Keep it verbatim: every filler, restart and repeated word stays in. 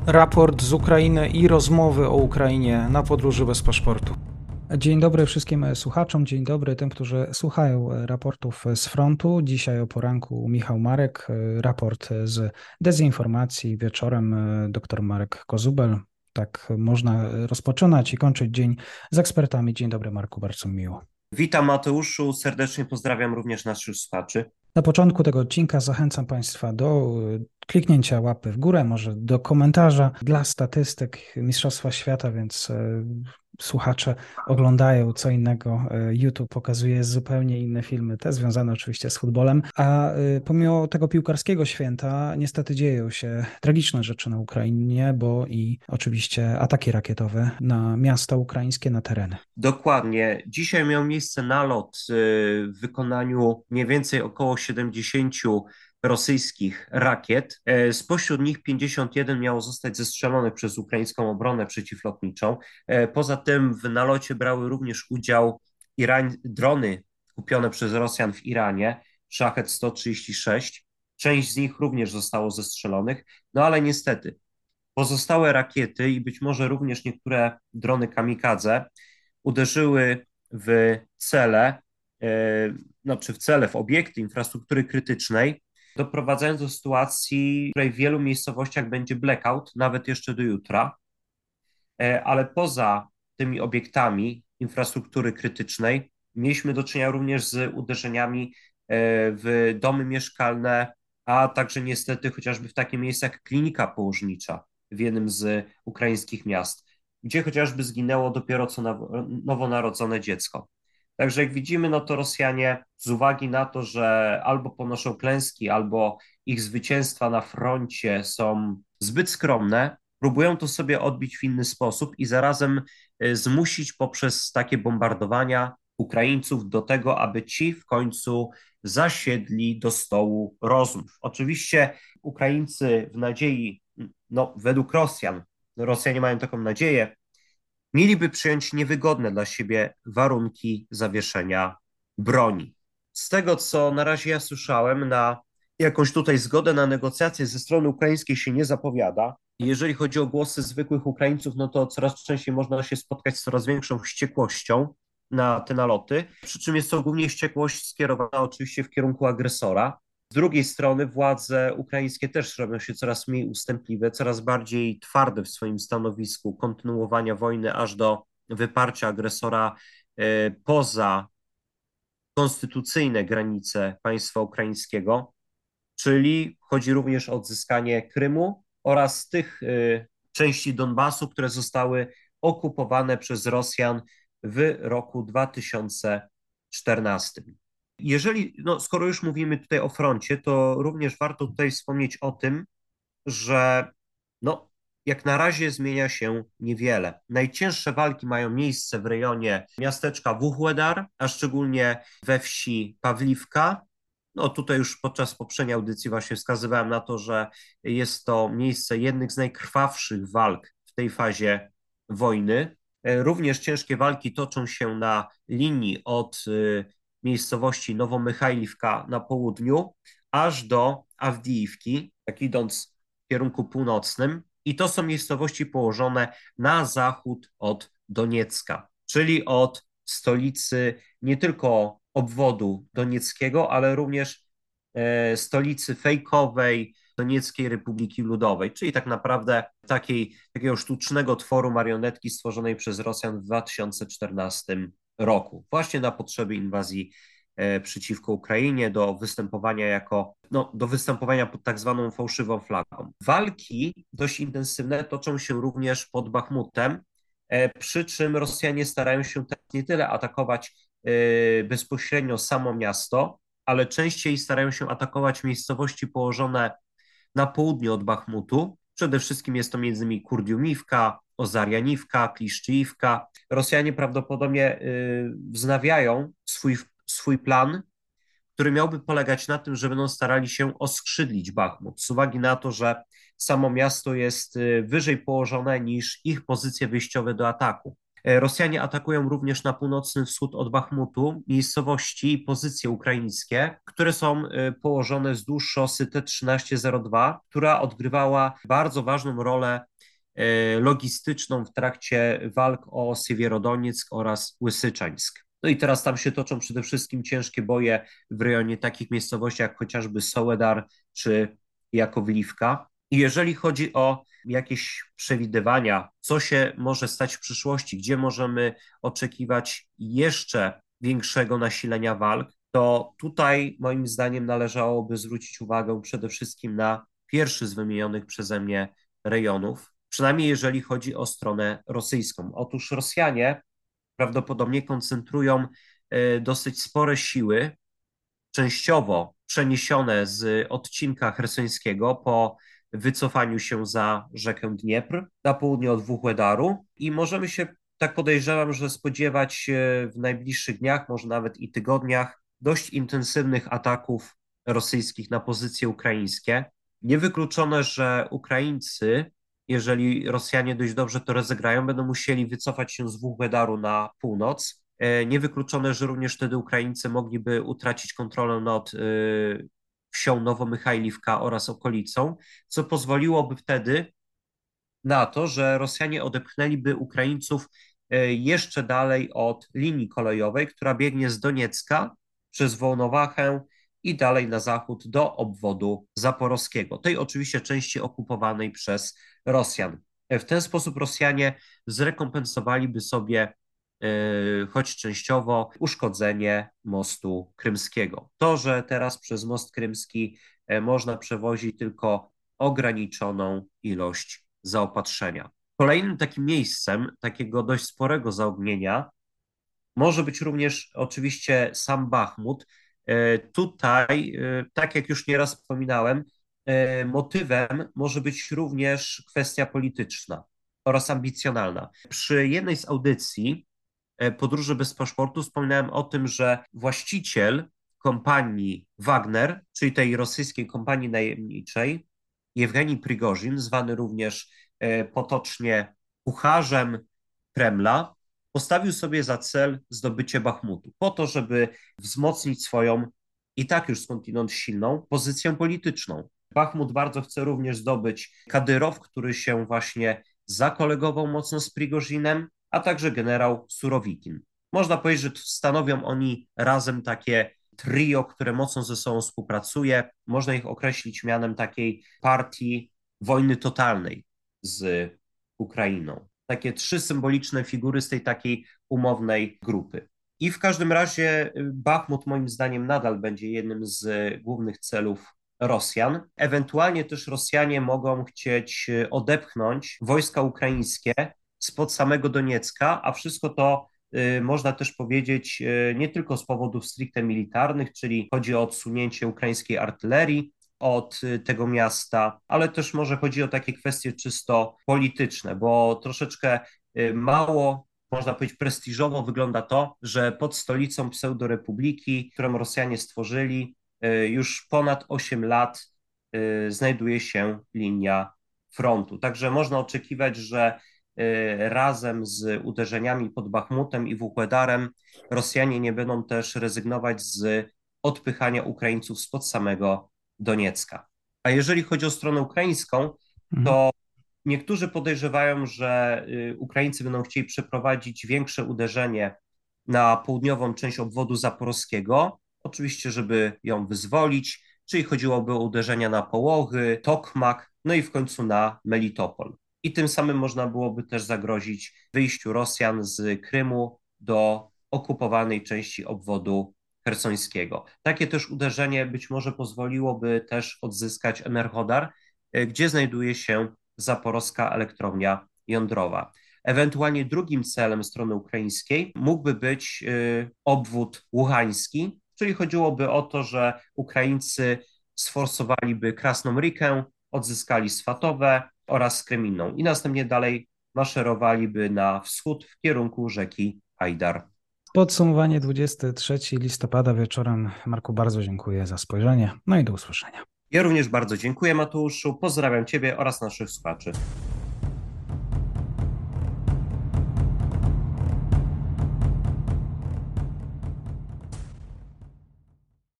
Raport z Ukrainy i rozmowy o Ukrainie na podróży bez paszportu. Dzień dobry wszystkim słuchaczom, dzień dobry tym, którzy słuchają raportów z frontu. Dzisiaj o poranku Michał Marek, raport z dezinformacji, wieczorem dr Marek Kozubel. Tak można rozpoczynać i kończyć dzień z ekspertami. Dzień dobry Marku, bardzo miło. Witam Mateuszu, serdecznie pozdrawiam również naszych słuchaczy. Na początku tego odcinka zachęcam Państwa do kliknięcia łapy w górę, może do komentarza dla statystyk Mistrzostwa Świata, więc słuchacze oglądają co innego. YouTube pokazuje zupełnie inne filmy, te związane oczywiście z futbolem, a pomimo tego piłkarskiego święta niestety dzieją się tragiczne rzeczy na Ukrainie, bo i oczywiście ataki rakietowe na miasta ukraińskie, na tereny. Dokładnie. Dzisiaj miał miejsce nalot w wykonaniu mniej więcej około siedemdziesięciu rosyjskich rakiet. Spośród nich pięćdziesiąt jeden miało zostać zestrzelonych przez ukraińską obronę przeciwlotniczą. Poza tym w nalocie brały również udział Iran... drony kupione przez Rosjan w Iranie, Szachet sto trzydzieści sześć. Część z nich również zostało zestrzelonych, no ale niestety pozostałe rakiety i być może również niektóre drony kamikadze uderzyły w cele, znaczy w cele, w obiekty infrastruktury krytycznej, doprowadzając do sytuacji, w której w wielu miejscowościach będzie blackout, nawet jeszcze do jutra. Ale poza tymi obiektami infrastruktury krytycznej mieliśmy do czynienia również z uderzeniami w domy mieszkalne, a także niestety chociażby w takie miejsca jak klinika położnicza w jednym z ukraińskich miast, gdzie chociażby zginęło dopiero co nowonarodzone dziecko. Także jak widzimy, no to Rosjanie z uwagi na to, że albo ponoszą klęski, albo ich zwycięstwa na froncie są zbyt skromne, próbują to sobie odbić w inny sposób i zarazem zmusić poprzez takie bombardowania Ukraińców do tego, aby ci w końcu zasiedli do stołu rozmów. Oczywiście Ukraińcy w nadziei, no według Rosjan, Rosjanie mają taką nadzieję, mieliby przyjąć niewygodne dla siebie warunki zawieszenia broni. Z tego, co na razie ja słyszałem, na jakąś tutaj zgodę na negocjacje ze strony ukraińskiej się nie zapowiada. Jeżeli chodzi o głosy zwykłych Ukraińców, no to coraz częściej można się spotkać z coraz większą wściekłością na te naloty, przy czym jest to głównie wściekłość skierowana oczywiście w kierunku agresora. Z drugiej strony władze ukraińskie też robią się coraz mniej ustępliwe, coraz bardziej twarde w swoim stanowisku kontynuowania wojny aż do wyparcia agresora e, poza konstytucyjne granice państwa ukraińskiego, czyli chodzi również o odzyskanie Krymu oraz tych e, części Donbasu, które zostały okupowane przez Rosjan w roku dwa tysiące czternastym. Jeżeli, no, skoro już mówimy tutaj o froncie, to również warto tutaj wspomnieć o tym, że no, jak na razie zmienia się niewiele. Najcięższe walki mają miejsce w rejonie miasteczka Wuhłedar, a szczególnie we wsi Pawliwka. No tutaj już podczas poprzedniej audycji właśnie wskazywałem na to, że jest to miejsce jednych z najkrwawszych walk w tej fazie wojny. Również ciężkie walki toczą się na linii od miejscowości Nowomychajliwka na południu, aż do Awdijiwki, tak idąc w kierunku północnym. I to są miejscowości położone na zachód od Doniecka, czyli od stolicy nie tylko obwodu donieckiego, ale również e, stolicy fejkowej Donieckiej Republiki Ludowej, czyli tak naprawdę takiej, takiego sztucznego tworu marionetki stworzonej przez Rosjan w dwa tysiące czternastym roku, właśnie na potrzeby inwazji e, przeciwko Ukrainie, do występowania jako, no, do występowania pod tak zwaną fałszywą flagą. Walki dość intensywne toczą się również pod Bachmutem, e, przy czym Rosjanie starają się teraz nie tyle atakować e, bezpośrednio samo miasto, ale częściej starają się atakować miejscowości położone na południe od Bachmutu. Przede wszystkim jest to między innymi Kurdiumiwka, Ozarianiwka, Kliszczyjówka. Rosjanie prawdopodobnie y, wznawiają swój, swój plan, który miałby polegać na tym, że będą starali się oskrzydlić Bachmut, z uwagi na to, że samo miasto jest y, wyżej położone niż ich pozycje wyjściowe do ataku. Rosjanie atakują również na północny wschód od Bachmutu miejscowości i pozycje ukraińskie, które są położone wzdłuż szosy T trzynaście zero dwa, która odgrywała bardzo ważną rolę logistyczną w trakcie walk o Siewierodonieck oraz Łysyczańsk. No i teraz tam się toczą przede wszystkim ciężkie boje w rejonie takich miejscowości jak chociażby Soledar czy Jakowliwka. I jeżeli chodzi o jakieś przewidywania, co się może stać w przyszłości, gdzie możemy oczekiwać jeszcze większego nasilenia walk, to tutaj moim zdaniem należałoby zwrócić uwagę przede wszystkim na pierwszy z wymienionych przeze mnie rejonów, przynajmniej jeżeli chodzi o stronę rosyjską. Otóż Rosjanie prawdopodobnie koncentrują dosyć spore siły, częściowo przeniesione z odcinka chersońskiego po wycofaniu się za rzekę Dniepr na południe od Wuhłedaru i możemy się, tak podejrzewam, że spodziewać w najbliższych dniach, może nawet i tygodniach, dość intensywnych ataków rosyjskich na pozycje ukraińskie. Niewykluczone, że Ukraińcy, jeżeli Rosjanie dość dobrze to rozegrają, będą musieli wycofać się z Wuhłedaru na północ. Niewykluczone, że również wtedy Ukraińcy mogliby utracić kontrolę nad wsią Nowomichajliwka oraz okolicą, co pozwoliłoby wtedy na to, że Rosjanie odepchnęliby Ukraińców jeszcze dalej od linii kolejowej, która biegnie z Doniecka przez Wołnowachę i dalej na zachód do obwodu zaporowskiego, tej oczywiście części okupowanej przez Rosjan. W ten sposób Rosjanie zrekompensowaliby sobie choć częściowo uszkodzenie mostu krymskiego. To, że teraz przez most krymski można przewozić tylko ograniczoną ilość zaopatrzenia. Kolejnym takim miejscem takiego dość sporego zaognienia może być również oczywiście sam Bachmut. Tutaj, tak jak już nieraz wspominałem, motywem może być również kwestia polityczna oraz ambicjonalna. Przy jednej z audycji Podróży bez paszportu wspominałem o tym, że właściciel kompanii Wagner, czyli tej rosyjskiej kompanii najemniczej, Jewgenij Prigorzin, zwany również potocznie kucharzem Kremla, postawił sobie za cel zdobycie Bachmutu, po to, żeby wzmocnić swoją i tak już skądinąd silną pozycję polityczną. Bachmut bardzo chce również zdobyć Kadyrow, który się właśnie zakolegował mocno z Prigorzinem, a także generał Surowikin. Można powiedzieć, że stanowią oni razem takie trio, które mocno ze sobą współpracuje. Można ich określić mianem takiej partii wojny totalnej z Ukrainą. Takie trzy symboliczne figury z tej takiej umownej grupy. I w każdym razie Bachmut moim zdaniem nadal będzie jednym z głównych celów Rosjan. Ewentualnie też Rosjanie mogą chcieć odepchnąć wojska ukraińskie spod samego Doniecka, a wszystko to y, można też powiedzieć y, nie tylko z powodów stricte militarnych, czyli chodzi o odsunięcie ukraińskiej artylerii od y, tego miasta, ale też może chodzi o takie kwestie czysto polityczne, bo troszeczkę y, mało, można powiedzieć prestiżowo wygląda to, że pod stolicą pseudorepubliki, którą Rosjanie stworzyli, y, już ponad osiem lat y, znajduje się linia frontu. Także można oczekiwać, że razem z uderzeniami pod Bachmutem i Wuhłedarem Rosjanie nie będą też rezygnować z odpychania Ukraińców spod samego Doniecka. A jeżeli chodzi o stronę ukraińską, to niektórzy podejrzewają, że Ukraińcy będą chcieli przeprowadzić większe uderzenie na południową część obwodu zaporowskiego, oczywiście żeby ją wyzwolić, czyli chodziłoby o uderzenia na Połochy, Tokmak, no i w końcu na Melitopol. I tym samym można byłoby też zagrozić wyjściu Rosjan z Krymu do okupowanej części obwodu chersońskiego. Takie też uderzenie być może pozwoliłoby też odzyskać Enerhodar, gdzie znajduje się zaporowska elektrownia jądrowa. Ewentualnie drugim celem strony ukraińskiej mógłby być obwód łuhański, czyli chodziłoby o to, że Ukraińcy sforsowaliby Krasną Rikę, odzyskali Swatowe oraz Kreminną i następnie dalej maszerowaliby na wschód w kierunku rzeki Hajdar. Podsumowanie dwudziestego trzeciego listopada wieczorem. Marku, bardzo dziękuję za spojrzenie, no i do usłyszenia. Ja również bardzo dziękuję, Mateuszu, pozdrawiam Ciebie oraz naszych słuchaczy.